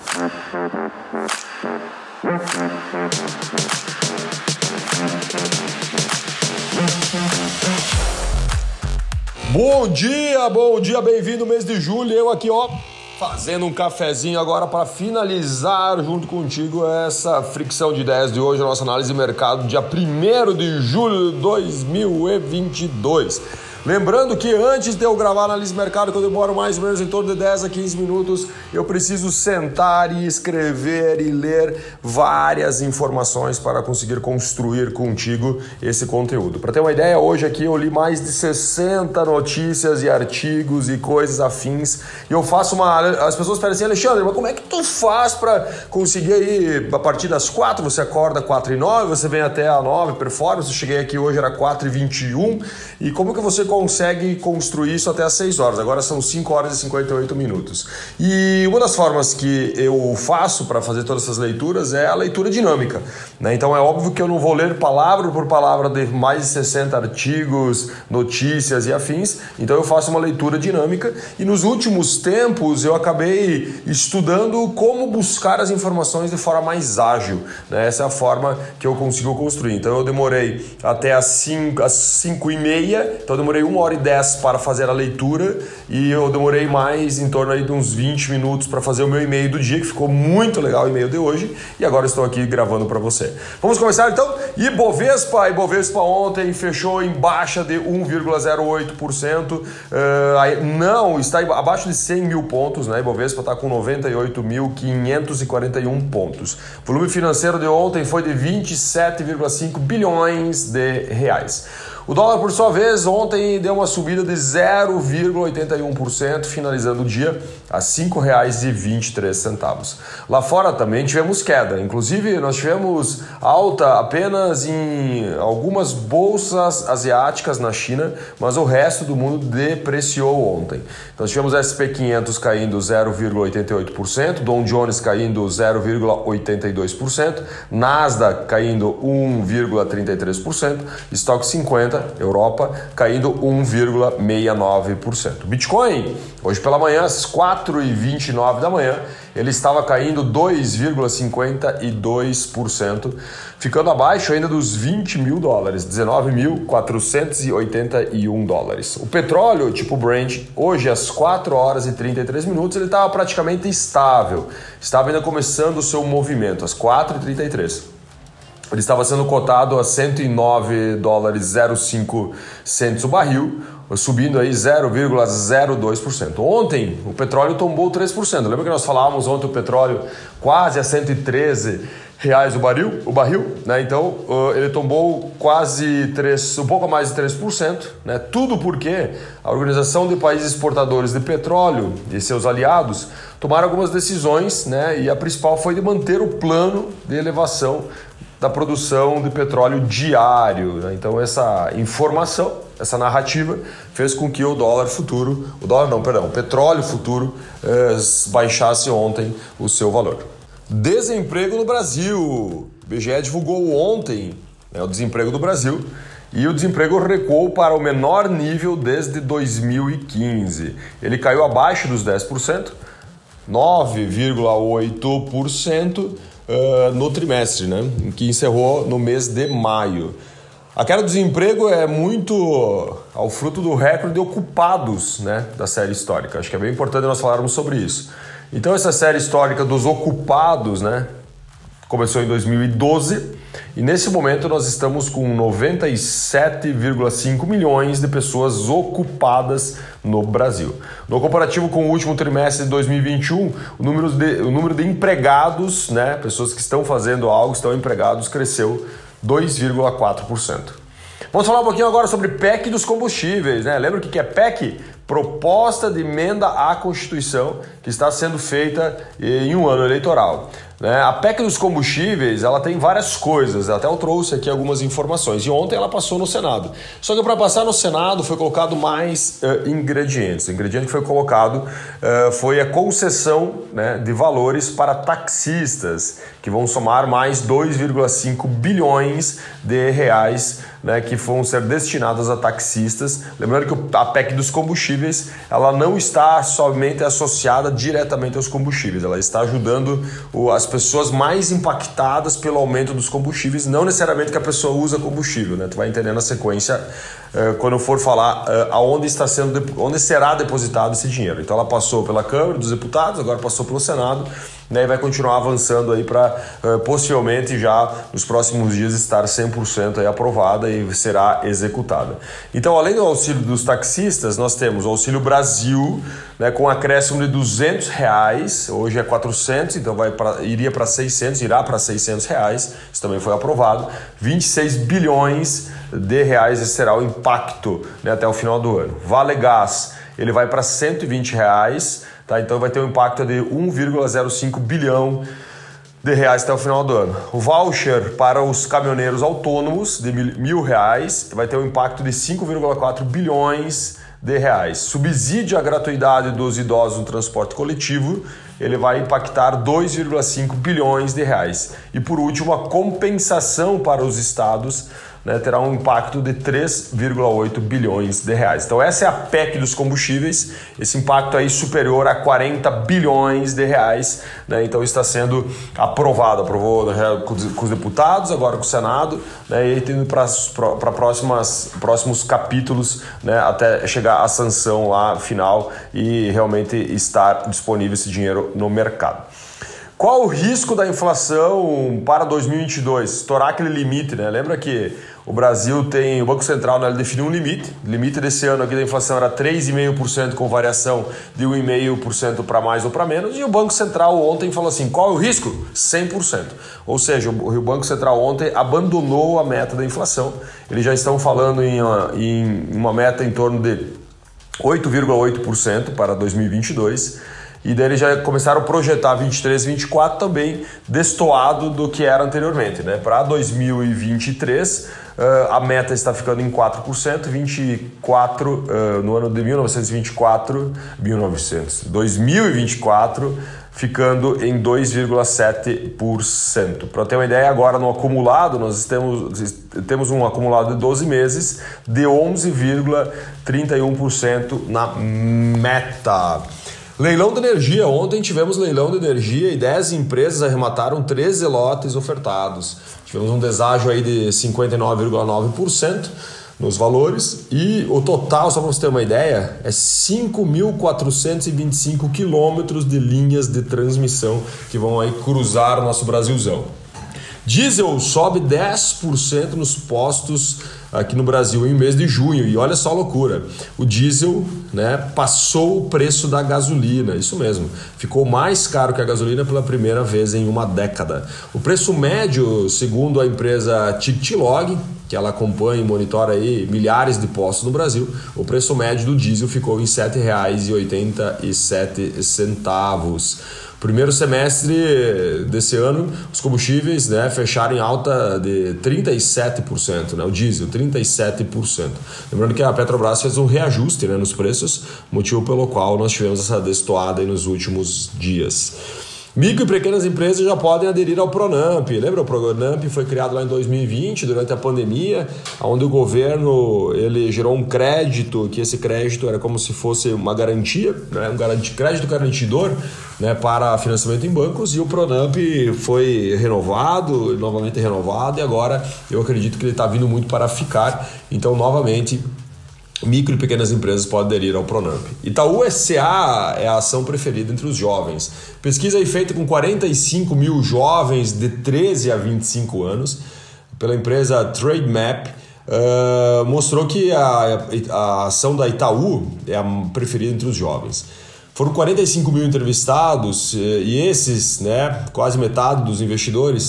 Bom dia, bem-vindo ao mês de julho. Eu aqui, fazendo um cafezinho agora para finalizar junto contigo essa fricção de ideias de hoje, a nossa análise de mercado, dia 1º de julho de 2022. Lembrando que antes de eu gravar a análise de mercado, que eu demoro mais ou menos em torno de 10 a 15 minutos, eu preciso sentar e escrever e ler várias informações para conseguir construir contigo esse conteúdo. Para ter uma ideia, hoje aqui eu li mais de 60 notícias e artigos e coisas afins, e eu faço as pessoas pedem assim: Alexandre, mas como é que tu faz para conseguir aí, a partir das 4, você acorda 4h09, você vem até a 9, performance, eu cheguei aqui hoje, era 4h21, e como que você consegue construir isso até às 6 horas? Agora são 5 horas e 58 minutos. E uma das formas que eu faço para fazer todas essas leituras é a leitura dinâmica, né? Então é óbvio que eu não vou ler palavra por palavra de mais de 60 artigos, notícias e afins, então eu faço uma leitura dinâmica, e nos últimos tempos eu acabei estudando como buscar as informações de forma mais ágil, né? Essa é a forma que eu consigo construir. Então eu demorei até às 5h30, então eu demorei 1h10 para fazer a leitura, e eu demorei mais em torno aí de uns 20 minutos para fazer o meu e-mail do dia, que ficou muito legal o e-mail de hoje, e agora estou aqui gravando para você. Vamos começar então? Ibovespa ontem fechou em baixa de 1,08%, não, está abaixo de 100 mil pontos, né? Ibovespa está com 98.541 pontos. O volume financeiro de ontem foi de 27,5 bilhões de reais. O dólar, por sua vez, ontem deu uma subida de 0,81%, finalizando o dia a R$ 5,23. Lá fora também tivemos queda, inclusive nós tivemos alta apenas em algumas bolsas asiáticas na China, mas o resto do mundo depreciou ontem. Então tivemos SP500 caindo 0,88%, Dow Jones caindo 0,82%, Nasdaq caindo 1,33%, Stock 50 Europa caindo 1,69%. Bitcoin, hoje pela manhã, às 4h29 da manhã, ele estava caindo 2,52%, ficando abaixo ainda dos 20 mil dólares, 19.481 dólares. O petróleo, tipo Brent, hoje às 4 horas e 33 minutos, ele estava praticamente estável, estava ainda começando o seu movimento, às 4h33. Ele estava sendo cotado a 109 dólares 0,5 centos o barril, subindo aí 0,02%. Ontem o petróleo tombou 3%. Lembra que nós falávamos ontem o petróleo quase a 113 reais o barril, né? Então ele tombou um pouco mais de 3%, né? Tudo porque a Organização de Países Exportadores de Petróleo e seus aliados tomaram algumas decisões, né? E a principal foi de manter o plano de elevação da produção de petróleo diário, né? Então essa informação, essa narrativa fez com que o petróleo futuro baixasse ontem o seu valor. Desemprego no Brasil. O IBGE divulgou ontem, né, o desemprego do Brasil, e o desemprego recuou para o menor nível desde 2015. Ele caiu abaixo dos 10%, 9,8%, no trimestre, né, que encerrou no mês de maio. A queda do desemprego é muito ao fruto do recorde de ocupados, né, da série histórica. Acho que é bem importante nós falarmos sobre isso. Então essa série histórica dos ocupados, né, começou em 2012 e nesse momento nós estamos com 97,5 milhões de pessoas ocupadas no Brasil. No comparativo com o último trimestre de 2021, o número de empregados, né, pessoas que estão fazendo algo, estão empregados, cresceu 2,4%. Vamos falar um pouquinho agora sobre PEC dos combustíveis, né? Lembra o que é PEC? Proposta de emenda à Constituição, que está sendo feita em um ano eleitoral. né? A PEC dos combustíveis, ela tem várias coisas, até eu trouxe aqui algumas informações, e ontem ela passou no Senado. Só que para passar no Senado foi colocado mais ingredientes. O ingrediente que foi colocado foi a concessão, né, de valores para taxistas, que vão somar mais 2,5 bilhões de reais, né, que vão ser destinados a taxistas. Lembrando que a PEC dos combustíveis, ela não está somente associada diretamente aos combustíveis, ela está ajudando as pessoas mais impactadas pelo aumento dos combustíveis, não necessariamente que a pessoa usa combustível, né? Tu vai entender na sequência quando eu for falar onde será depositado esse dinheiro. Então ela passou pela Câmara dos Deputados, agora passou pelo Senado, né, e vai continuar avançando aí para possivelmente já nos próximos dias estar 100% aí aprovada e será executada. Então, além do auxílio dos taxistas, nós temos o Auxílio Brasil, né, com acréscimo de R$200, hoje é 400, então irá para 600 reais, isso também foi aprovado, 26 bilhões de reais, esse será o impacto, né, até o final do ano. Vale Gás, ele vai para R$120, tá? Então vai ter um impacto de 1,05 bilhão de reais até o final do ano. O voucher para os caminhoneiros autônomos de R$1.000 vai ter um impacto de 5,4 bilhões de reais. Subsídio à gratuidade dos idosos no transporte coletivo, ele vai impactar 2,5 bilhões de reais. E por último, a compensação para os estados, né, terá um impacto de 3,8 bilhões de reais. Então essa é a PEC dos combustíveis, esse impacto aí superior a 40 bilhões de reais, né? Então está sendo aprovou com os deputados, agora com o Senado, né, e tendo para próximos capítulos, né, até chegar à sanção lá final e realmente estar disponível esse dinheiro no mercado. Qual o risco da inflação para 2022? Estourar aquele limite, né? Lembra que o Brasil tem, o Banco Central, né, ele definiu um limite. O limite desse ano aqui da inflação era 3,5% com variação de 1,5% para mais ou para menos. E o Banco Central ontem falou assim, qual é o risco? 100%. Ou seja, o Banco Central ontem abandonou a meta da inflação. Eles já estão falando em uma meta em torno de 8,8% para 2022. E daí eles já começaram a projetar 23 e 24 também destoado do que era anteriormente, né? Para 2023, a meta está ficando em 4%, 24 no ano de 2024 ficando em 2,7%. Para ter uma ideia, agora no acumulado, nós temos um acumulado de 12 meses de 11,31% na meta. Leilão de energia. Ontem tivemos leilão de energia e 10 empresas arremataram 13 lotes ofertados. Tivemos um deságio aí de 59,9% nos valores e o total, só para você ter uma ideia, é 5.425 quilômetros de linhas de transmissão que vão aí cruzar o nosso Brasilzão. Diesel sobe 10% nos postos aqui no Brasil em mês de junho. E olha só a loucura. O diesel, né, passou o preço da gasolina. Isso mesmo. Ficou mais caro que a gasolina pela primeira vez em uma década. O preço médio, segundo a empresa Tictilog, que ela acompanha e monitora aí milhares de postos no Brasil, o preço médio do diesel ficou em R$ 7,87. Primeiro semestre desse ano, os combustíveis, né, fecharam em alta de 37%, né, o diesel, 37%. Lembrando que a Petrobras fez um reajuste, né, nos preços, motivo pelo qual nós tivemos essa destoada aí nos últimos dias. Micro e pequenas empresas já podem aderir ao Pronamp. Lembra, o Pronamp foi criado lá em 2020, durante a pandemia, onde o governo ele gerou um crédito, que esse crédito era como se fosse uma garantia, né, crédito garantidor, né, para financiamento em bancos, e o Pronamp foi novamente renovado, e agora eu acredito que ele está vindo muito para ficar. Então, novamente, micro e pequenas empresas podem aderir ao Pronamp. Itaú SA é a ação preferida entre os jovens. Pesquisa aí feita com 45 mil jovens de 13 a 25 anos pela empresa Trademap mostrou que a ação da Itaú é a preferida entre os jovens. Foram 45 mil entrevistados e esses, né, quase metade dos investidores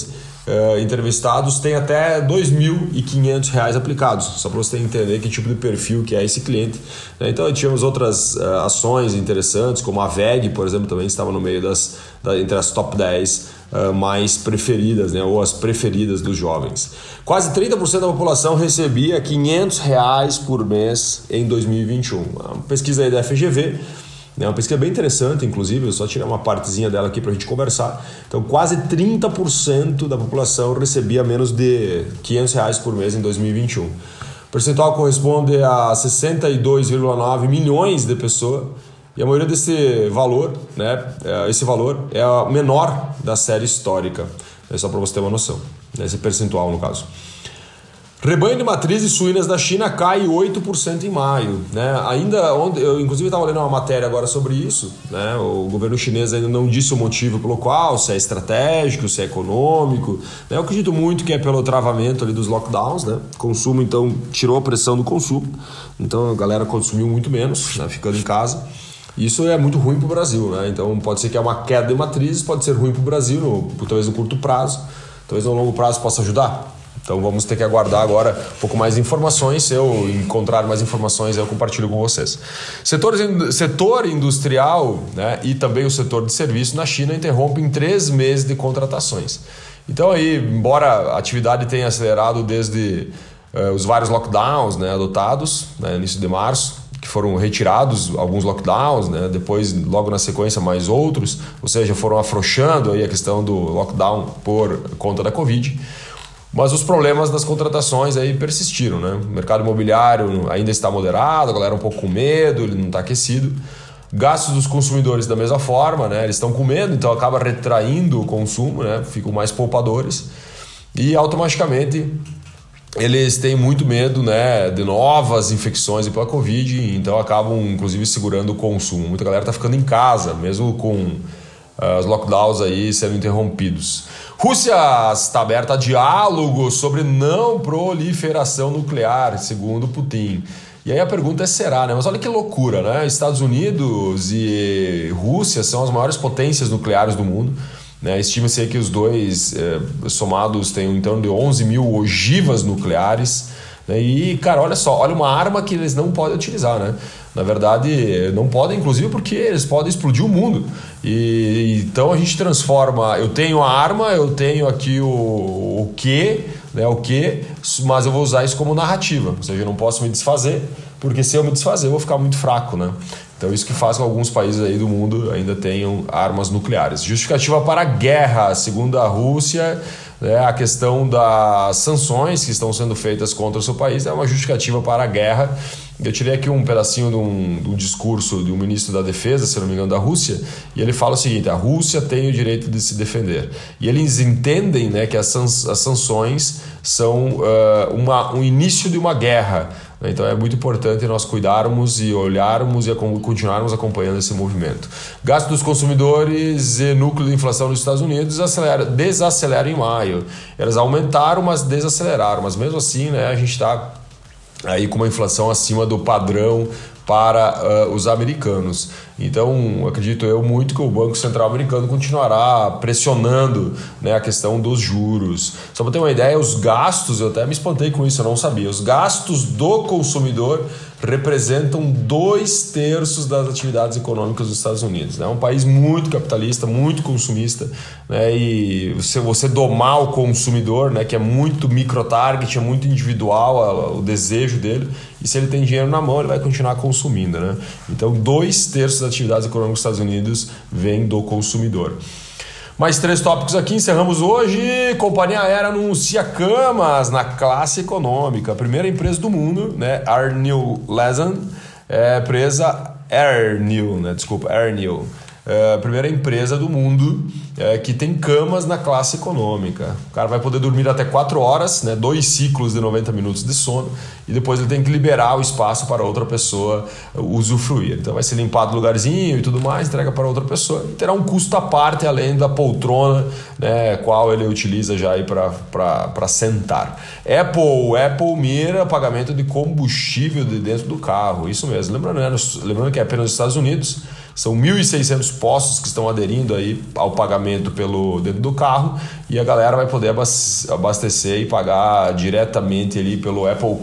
entrevistados têm até R$ 2.500 aplicados, só para você entender que tipo de perfil que é esse cliente. Então tínhamos outras ações interessantes, como a VEG, por exemplo, também estava no meio entre as top 10 mais preferidas, né, ou as preferidas dos jovens. Quase 30% da população recebia R$ 500 por mês em 2021. Uma pesquisa aí da FGV, né, uma pesquisa bem interessante, inclusive, eu só tirei uma partezinha dela aqui para a gente conversar. Então, quase 30% da população recebia menos de R$ 500 por mês em 2021. O percentual corresponde a 62,9 milhões de pessoas. E a maioria desse valor, né, esse valor é o menor da série histórica. É só para você ter uma noção, esse percentual no caso. Rebanho de matrizes suínas da China cai 8% em maio. Né? Ainda ontem, eu inclusive estava lendo uma matéria agora sobre isso. Né? O governo chinês ainda não disse o motivo pelo qual, se é estratégico, se é econômico. Né? Eu acredito muito que é pelo travamento ali dos lockdowns. Né? O consumo, então, tirou a pressão do consumo. Então a galera consumiu muito menos, né? Ficando em casa. Isso é muito ruim para o Brasil, né? Então pode ser que é uma queda de matrizes, pode ser ruim para o Brasil, talvez no curto prazo, talvez no longo prazo possa ajudar. Então vamos ter que aguardar agora um pouco mais de informações. Se eu encontrar mais informações, eu compartilho com vocês. Setor industrial, né, e também o setor de serviço na China interrompem 3 meses de contratações. Então aí, embora a atividade tenha acelerado desde os vários lockdowns, né, adotados, né, início de março, que foram retirados alguns lockdowns, né? Depois, logo na sequência, mais outros, ou seja, foram afrouxando aí a questão do lockdown por conta da Covid. Mas os problemas das contratações aí persistiram, né? O mercado imobiliário ainda está moderado, a galera um pouco com medo, ele não está aquecido. Gastos dos consumidores da mesma forma, né? Eles estão com medo, então acaba retraindo o consumo, né? Ficam mais poupadores e automaticamente eles têm muito medo, né, de novas infecções pela Covid, então acabam inclusive segurando o consumo. Muita galera está ficando em casa, mesmo com os lockdowns aí sendo interrompidos. Rússia está aberta a diálogo sobre não proliferação nuclear, segundo Putin. E aí a pergunta é será, né? Mas olha que loucura, né? Estados Unidos e Rússia são as maiores potências nucleares do mundo. Né? Estima-se aí que os dois somados têm em torno de 11 mil ogivas nucleares. Né? E, cara, olha só, olha uma arma que eles não podem utilizar, né? Na verdade, não podem, inclusive, porque eles podem explodir o mundo. E então a gente transforma. Eu tenho a arma, eu tenho aqui o quê, né? O quê, mas eu vou usar isso como narrativa. Ou seja, eu não posso me desfazer, porque se eu me desfazer, eu vou ficar muito fraco, né? Então isso que faz com que alguns países aí do mundo ainda tenham armas nucleares. Justificativa para a guerra, segundo a Rússia, né, a questão das sanções que estão sendo feitas contra o seu país é uma justificativa para a guerra. Eu tirei aqui um pedacinho de um discurso de um ministro da Defesa, se não me engano, da Rússia, e ele fala o seguinte: a Rússia tem o direito de se defender. E eles entendem, né, que as sanções são um início de uma guerra. Então é muito importante nós cuidarmos e olharmos e continuarmos acompanhando esse movimento. Gasto dos consumidores e núcleo de inflação nos Estados Unidos desacelera em maio. Elas aumentaram, mas desaceleraram. Mas mesmo assim, né, a gente está aí com uma inflação acima do padrão para os americanos. Então, acredito eu muito que o Banco Central americano continuará pressionando, né, a questão dos juros. Só para ter uma ideia, os gastos, eu até me espantei com isso, eu não sabia, os gastos do consumidor representam 2/3 das atividades econômicas dos Estados Unidos. É um país muito capitalista, muito consumista, né? E se você domar o consumidor, né, que é muito micro-target, é muito individual o desejo dele, e se ele tem dinheiro na mão, ele vai continuar consumindo, né? Então, 2/3 das atividades econômicas dos Estados Unidos vêm do consumidor. Mais 3 tópicos aqui, encerramos hoje. Companhia aérea anuncia camas na classe econômica. A primeira empresa do mundo, né, Air New Zealand, empresa Air New, né, desculpa, Air New. A primeira empresa do mundo que tem camas na classe econômica. O cara vai poder dormir até 4 horas, né, 2 ciclos de 90 minutos de sono, e depois ele tem que liberar o espaço para outra pessoa usufruir. Então vai ser limpado o lugarzinho e tudo mais, entrega para outra pessoa. E terá um custo à parte, além da poltrona, né, qual ele utiliza já para sentar. Apple mira pagamento de combustível de dentro do carro. Isso mesmo. Lembrando que é apenas nos Estados Unidos. São 1.600 postos que estão aderindo aí ao pagamento dentro do carro, e a galera vai poder abastecer e pagar diretamente ali pelo Apple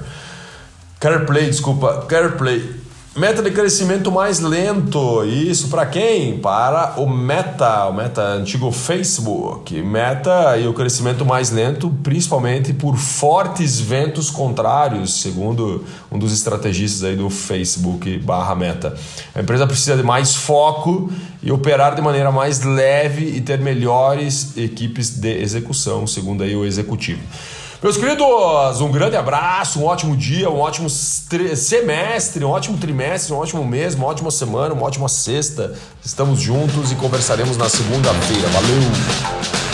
CarPlay. Meta de crescimento mais lento. Isso para quem? Para o Meta, antigo Facebook. Meta e o crescimento mais lento, principalmente por fortes ventos contrários, segundo um dos estrategistas aí do Facebook/Meta. A empresa precisa de mais foco e operar de maneira mais leve e ter melhores equipes de execução, segundo aí o executivo. Meus queridos, um grande abraço, um ótimo dia, um ótimo semestre, um ótimo trimestre, um ótimo mês, uma ótima semana, uma ótima sexta. Estamos juntos e conversaremos na segunda-feira. Valeu!